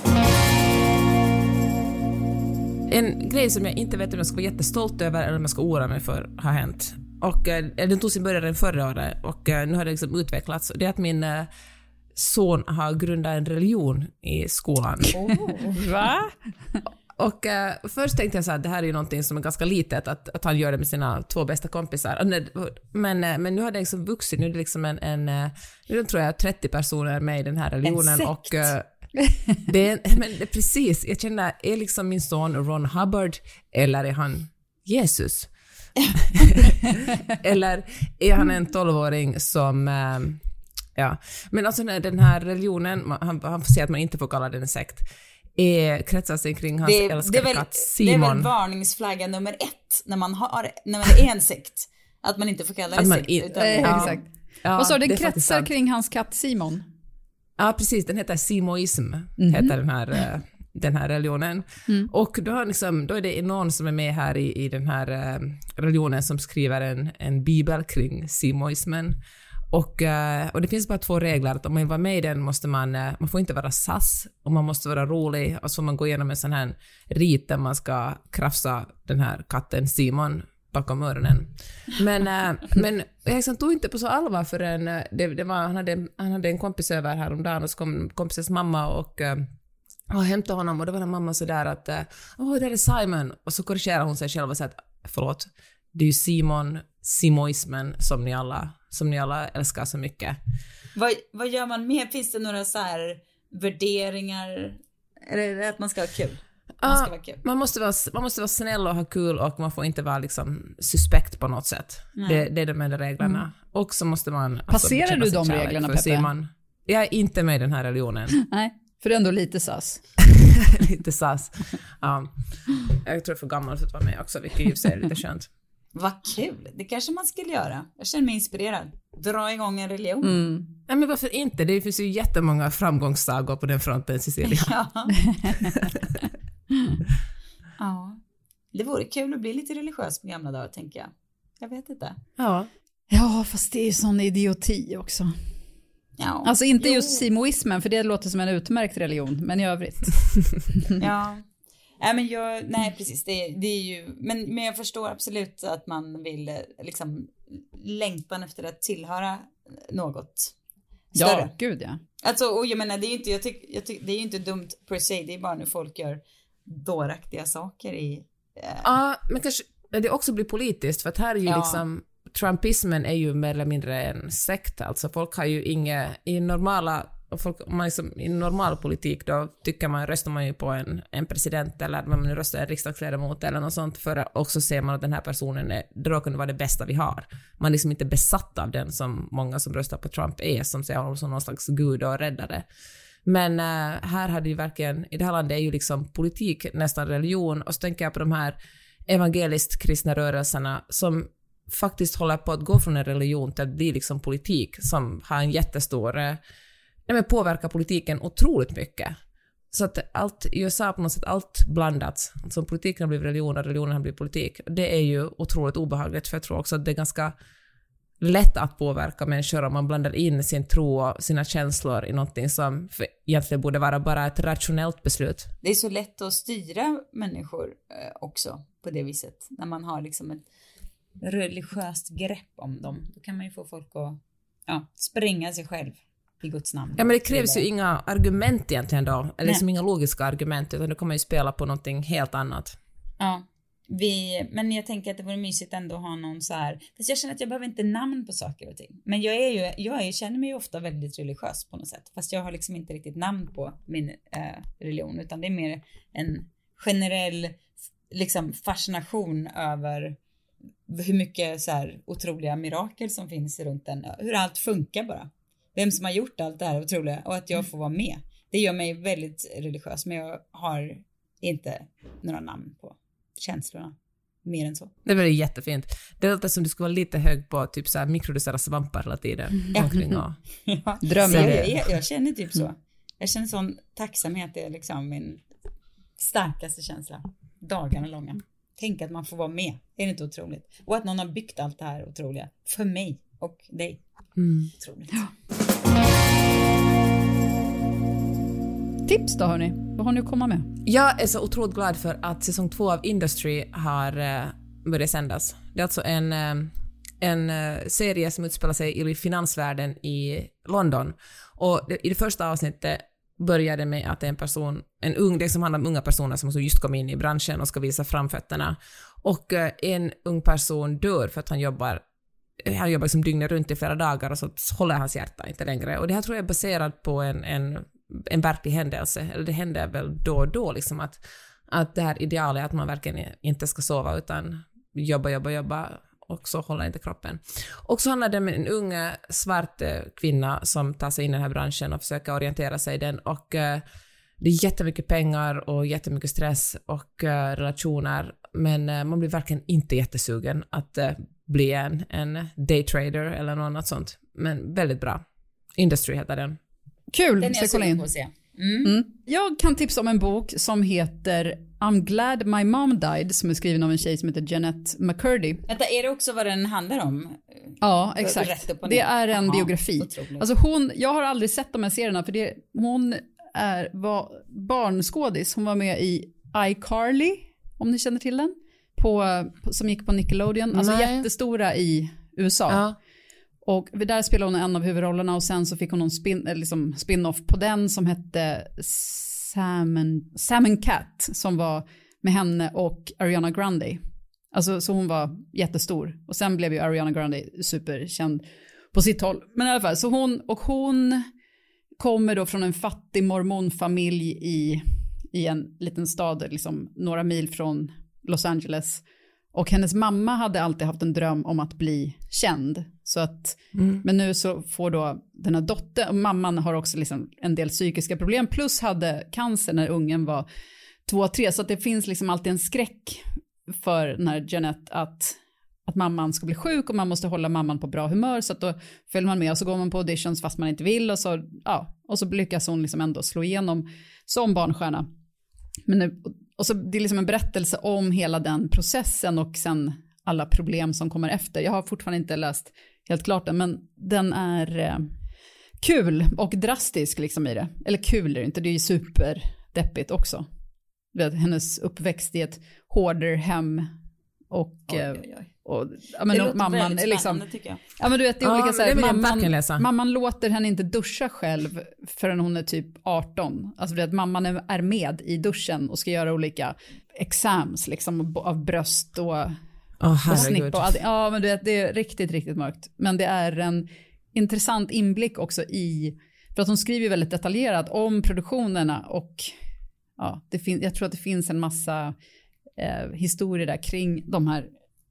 En grej som jag inte vet om jag ska vara jättestolt över eller om jag ska oroa mig för har hänt. Och eh, den tog sin början förra året och eh, nu har det liksom utvecklats. Det är att min eh, son har grundat en religion i skolan. Oh. Va? Och eh, först tänkte jag så här, det här är ju någonting som är ganska litet, att, att han gör det med sina två bästa kompisar. Men, eh, men nu har det liksom vuxit, nu är det liksom en, en eh, nu tror jag trettio personer med i den här religionen. En sekt. Och eh, det är, men det är precis, jag känner, är liksom min son Ron Hubbard eller är han Jesus? Eller är han en tolvåring som äh, ja, men alltså den här religionen, han, han får säga att man inte får kalla den en sekt, är, kretsar sig kring hans det, älskade det väl, katt Simon. Det är väl varningsflagga nummer ett när man har, när man är en sekt, att man inte får kalla det sekt. In, utan, äh, ja. Exakt. Ja, vad sa den kretsar kring hans katt Simon? Ja, precis, den heter simoism, Mm-hmm. heter den här den här religionen. Mm. Och då, har liksom, då är det någon som är med här i, i den här uh, religionen som skriver en, en bibel kring simoismen. Och, uh, och det finns bara två regler. Att om man var med i den måste man, uh, man får inte vara sass och man måste vara rolig, och så får man gå igenom en sån här rit där man ska krafsa den här katten Simon bakom öronen. Men, uh, men jag liksom tog inte på så allvar förrän uh, det, det var, han, hade, han hade en kompis över häromdagen och så kom kompisens mamma och uh, och hämtade honom, och då var den mamma så där att åh, oh, det är Simon, och så korrigerar hon sig själv och säger att förlåt, det är ju Simon, simoismen som ni alla, som ni alla älskar så mycket. Vad, vad gör man mer? Finns det några så här värderingar? Är det att man ska ha kul? Man, ska ah, vara kul. man, måste vara, man måste vara snäll och ha kul, och man får inte vara liksom suspekt på något sätt. Det, det är de enda reglerna. Mm. Och så måste man... Passerar alltså, du de reglerna, Peppe? Simon. Jag är inte med i den här religionen. Nej. För det är ändå lite sass. lite sass. Ja. Jag tror jag är för gammal för att vara med också, vilket ju är lite skönt. Vad kul. Det kanske man skulle göra. Jag känner mig inspirerad. Dra igång en religion. Mm. Nej, men varför inte? Det finns ju jättemånga framgångssagor på den fronten, Cecilia. Ja. Ja. Det vore kul att bli lite religiös på gamla dagar, tänker jag. Jag vet inte. Ja. Ja, fast det är ju sån idioti också. Ja. Alltså inte Jo. just simoismen, för det låter som en utmärkt religion, men i övrigt. Ja. Nej, men jag, nej precis, det, det är ju, men, men jag förstår absolut att man vill liksom längtan efter att tillhöra något större. Ja, gud ja. Alltså, och jag menar, det är ju inte, jag tyck, jag tyck, det är ju inte dumt per se, det är bara nu folk gör dåraktiga saker i... Eh. Ja, men kanske det också blir politiskt, för att här är ju Ja. liksom, Trumpismen är ju mer eller mindre en sekt, alltså folk har ju inga, i normala, folk, om man liksom, i normal politik då tycker man, röstar man ju på en, en president eller man röstar en riksdagsledamot eller något sånt, för också ser man att den här personen är, det råkar vara det bästa vi har. Man är liksom inte besatt av den som många som röstar på Trump är, som ser honom som någon slags gud och räddare. Men uh, här hade ju verkligen, i det här landet är ju liksom politik nästan religion, och så tänker jag på de här evangeliskt kristna rörelserna som faktiskt håller på att gå från en religion till att bli liksom politik som har en jättestor, eh, men påverkar politiken otroligt mycket. Så att allt, i U S A på något sätt, allt blandats. Alltså politiken har blivit religion och religionen har blivit politik. Det är ju otroligt obehagligt, för jag tror också att det är ganska lätt att påverka människor om man blandar in sin tro och sina känslor i någonting som egentligen borde vara bara ett rationellt beslut. Det är så lätt att styra människor eh, också på det viset. När man har liksom ett religiöst grepp om dem. Då kan man ju få folk att ja, spränga sig själv i Guds namn. Ja, men det krävs ju inga argument egentligen då. Eller liksom Nej. inga logiska argument, utan du kommer ju spela på någonting helt annat. Ja. Vi, men jag tänker att det vore mysigt ändå att ha någon så här. Fast jag känner att jag behöver inte namn på saker och ting. Men jag är ju, jag är, känner mig ju ofta väldigt religiös på något sätt. Fast jag har liksom inte riktigt namn på min eh, religion. Utan det är mer en generell liksom fascination över hur mycket så här otroliga mirakel som finns runt den. Hur allt funkar bara. Vem som har gjort allt det här otroliga. Och att jag får vara med. Det gör mig väldigt religiös. Men jag har inte några namn på känslorna. Mer än så. Det är väl jättefint. Det låter som du skulle vara lite hög på typ så här mikrodosera svampar hela tiden. Ja. Omkring och... Ja. Drömmer. Jag, jag, jag känner typ så. Jag känner sån tacksamhet. Det är liksom min starkaste känsla. Dagarna långa. Tänk att man får vara med. Det är inte otroligt. Och att någon har byggt allt det här otroliga. För mig och dig. Mm. Otroligt. Ja. Tips då hörni? Vad har ni att komma med? Jag är så otroligt glad för att säsong två av Industry har uh, börjat sändas. Det är alltså en, uh, en uh, serie som utspelar sig i finansvärlden i London. Och det, i det första avsnittet började med att en person, en ung, det som handlar om unga personer som just kom in i branschen och ska visa framfötterna. Och uh, en ung person dör för att han jobbar han jobbar liksom dygnet runt i flera dagar och så håller hans hjärta inte längre. Och det här tror jag är baserat på en, en, en verklig händelse. Eller det händer väl då och då liksom att, att det här idealet att man verkligen inte ska sova utan jobba, jobba, jobba och så håller inte kroppen. Och så handlar det om en ung svart kvinna som tar sig in i den här branschen och försöker orientera sig i den. Och uh, det är jättemycket pengar och jättemycket stress och uh, relationer. Men uh, man blir verkligen inte jättesugen att uh, bli en, en daytrader eller något annat sånt. Men väldigt bra. Industry heter den. Kul, Den är ska jag kolla sugen in. på att se. Mm. Mm. Jag kan tipsa om en bok som heter I'm glad my mom died, som är skriven av en tjej som heter Jeanette McCurdy. Vänta, är det också vad den handlar om? Ja, Rätt exakt. upp och Det ner. är en Aha, biografi. otroligt. Alltså hon, jag har aldrig sett de här serierna för det, hon är, var barnskådis. Hon var med i iCarly, om ni känner till den, på, på, som gick på Nickelodeon. Alltså Nej. jättestora i U S A. Ja. Och där spelade hon en av huvudrollerna och sen så fick hon en spin, liksom spin-off på den som hette Sam and, Sam and Cat, som var med henne och Ariana Grande. Alltså så hon var jättestor. Och sen blev ju Ariana Grande superkänd på sitt håll. Men i alla fall, så hon, och hon kommer då från en fattig mormonfamilj i, i en liten stad, liksom några mil från Los Angeles. Och hennes mamma hade alltid haft en dröm om att bli känd. Så att, Mm. men nu så får då den här dottern, och mamman har också liksom en del psykiska problem, plus hade cancer när ungen var två, tre. Så att det finns liksom alltid en skräck för den här Jeanette att, att mamman ska bli sjuk och man måste hålla mamman på bra humör. Så att då följer man med och så går man på auditions fast man inte vill. Och så, ja, och så lyckas hon liksom ändå slå igenom som barnstjärna. Men nu, och så det är liksom en berättelse om hela den processen och sen alla problem som kommer efter. Jag har fortfarande inte läst helt klart den, men den är eh, kul och drastisk liksom i det. Eller kul är det inte, det är ju superdeppigt också. Vet, hennes uppväxt i ett hårdare hem och, Oj, eh, oj, oj. och ja, men, Det och låter mamman väldigt är liksom, spännande tycker jag. ja men du vet det är Ja, olika så här, det vill jag verkligen mamman, läsa. mamman låter henne inte duscha själv förrän hon är typ arton. Alltså det är att mamman är är med i duschen och ska göra olika exams liksom av bröst och Åh, och snipp herregud. och allt. Ja, men du vet, det är riktigt, riktigt mörkt. Men det är en intressant inblick också i, för att hon skriver väldigt detaljerat om produktionerna och ja, det fin- jag tror att det finns en massa eh, historier där kring de här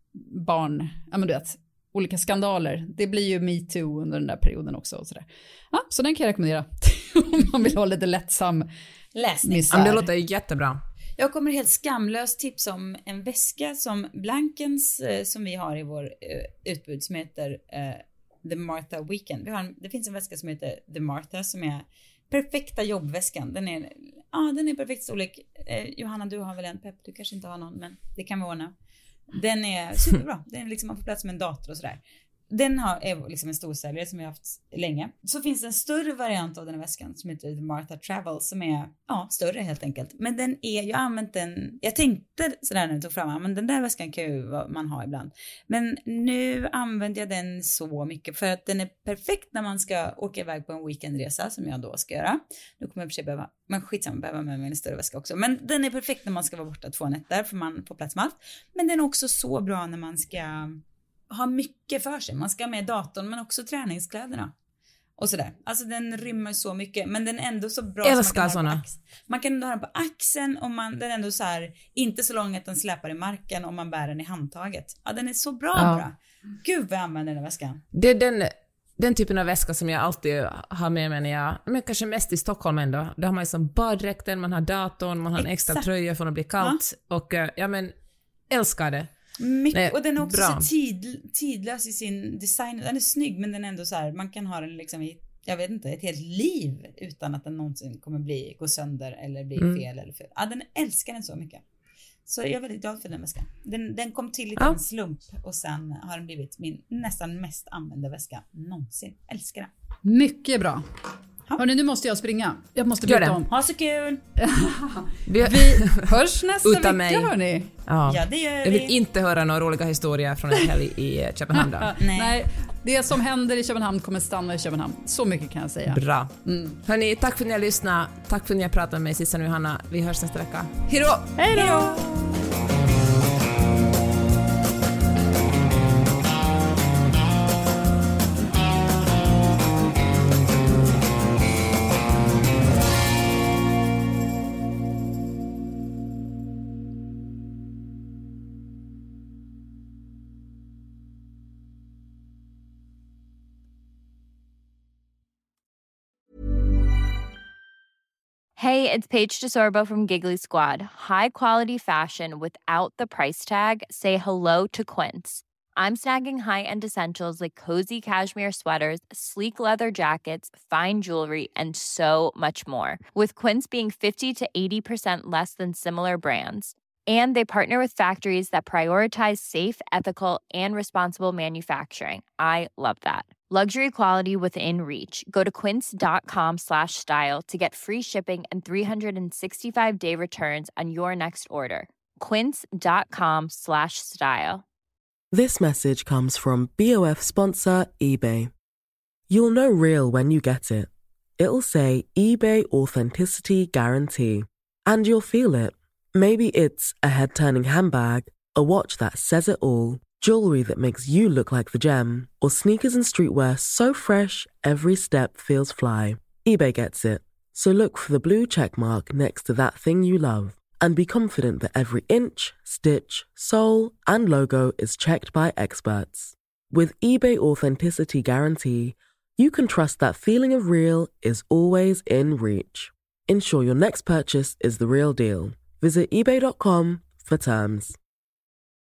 barn, ja men du vet, olika skandaler. Det blir ju Me Too under den där perioden också och sådär. Ja, så den kan jag rekommendera om man vill ha lite lättsam Läsning. misär. Ja, men det låter jättebra. Jag kommer helt skamlöst tipsa om en väska som Blankens eh, som vi har i vår eh, utbud som heter eh, The Martha Weekend. Vi har en, det finns en väska som heter The Martha som är perfekta jobbväskan. Den är, ah, den är perfekt storlek. Eh, Johanna, du har väl en pepp? Du kanske inte har någon, men det kan vi ordna. Den är superbra. Den är liksom, man får plats med en dator och sådär. Den har, är liksom en storsäljare som jag har haft länge. Så finns det en större variant av den här väskan som heter Martha Travel som är ja, större helt enkelt. Men den är, jag har använt den, jag tänkte sådär när jag tog fram, men den där väskan kan ju man ha ibland. Men nu använder jag den så mycket för att den är perfekt när man ska åka iväg på en weekendresa som jag då ska göra. Nu kommer jag för sig behöva, men skitsamma, behöva med mig en större väska också. Men den är perfekt när man ska vara borta två nätter för man får plats med allt. Men den är också så bra när man ska ha mycket för sig. Man ska ha med datorn men också träningskläderna. Och sådär. Alltså den rymmer så mycket. Men den är ändå så bra. Älskar så man, kan såna. man kan ändå ha den på axeln. Och man, den är ändå så här. Inte så lång att den släpar i marken. Om man bär den i handtaget. Ja den är så bra ja. bara. Gud vad jag använder den här väskan. Det är den, den typen av väska som jag alltid har med mig när jag, men kanske mest i Stockholm ändå. Då har man ju som baddräkten, man har datorn, man har en extra Exakt. tröja för att det blir kallt. Ja. Och ja men, älskar det. Mycket, Nej, och den är också bra. så tid, tidlös i sin design. Den är snygg men den är ändå så här. Man kan ha den liksom i, jag vet inte, ett helt liv utan att den någonsin kommer bli, gå sönder eller bli Mm. fel eller fel. Ja, den älskar den så mycket. Så jag är väldigt glad för den väskan. Den, den kom till i Ja. en slump och sen har den blivit min nästan mest använda väska någonsin. Älskar den. Mycket bra. Hörrni, nu måste jag springa. Jag måste Gör byta det. om. Ha så kul! Vi, Vi hörs nästa Utan vecka mig. hörni. ja. Ja, det gör Jag vill vi. inte höra några roliga historier från en helg i Köpenhamn då. Nej. Nej, det som händer i Köpenhamn kommer stanna i Köpenhamn. Så mycket kan jag säga. Bra. Mm. Hörni, tack för att ni har lyssnat. Tack för att ni har pratat med mig, Sissan och Johanna. Vi hörs nästa vecka. Hej då! Hej då! Hey, it's Paige DeSorbo from Giggly Squad. High quality fashion without the price tag. Say hello to Quince. I'm snagging high-end essentials like cozy cashmere sweaters, sleek leather jackets, fine jewelry, and so much more. With Quince being fifty to eighty percent less than similar brands. And they partner with factories that prioritize safe, ethical, and responsible manufacturing. I love that. Luxury quality within reach. Go to quince.com slash style to get free shipping and three sixty-five day returns on your next order. Quince.com slash style. This message comes from B O F sponsor eBay. You'll know real when you get it. It'll say eBay Authenticity Guarantee. And you'll feel it. Maybe it's a head-turning handbag, a watch that says it all, jewelry that makes you look like the gem, or sneakers and streetwear so fresh every step feels fly. eBay gets it. So look for the blue check mark next to that thing you love. And be confident that every inch, stitch, sole, and logo is checked by experts. With eBay Authenticity Guarantee, you can trust that feeling of real is always in reach. Ensure your next purchase is the real deal. Visit ebay dot com for terms.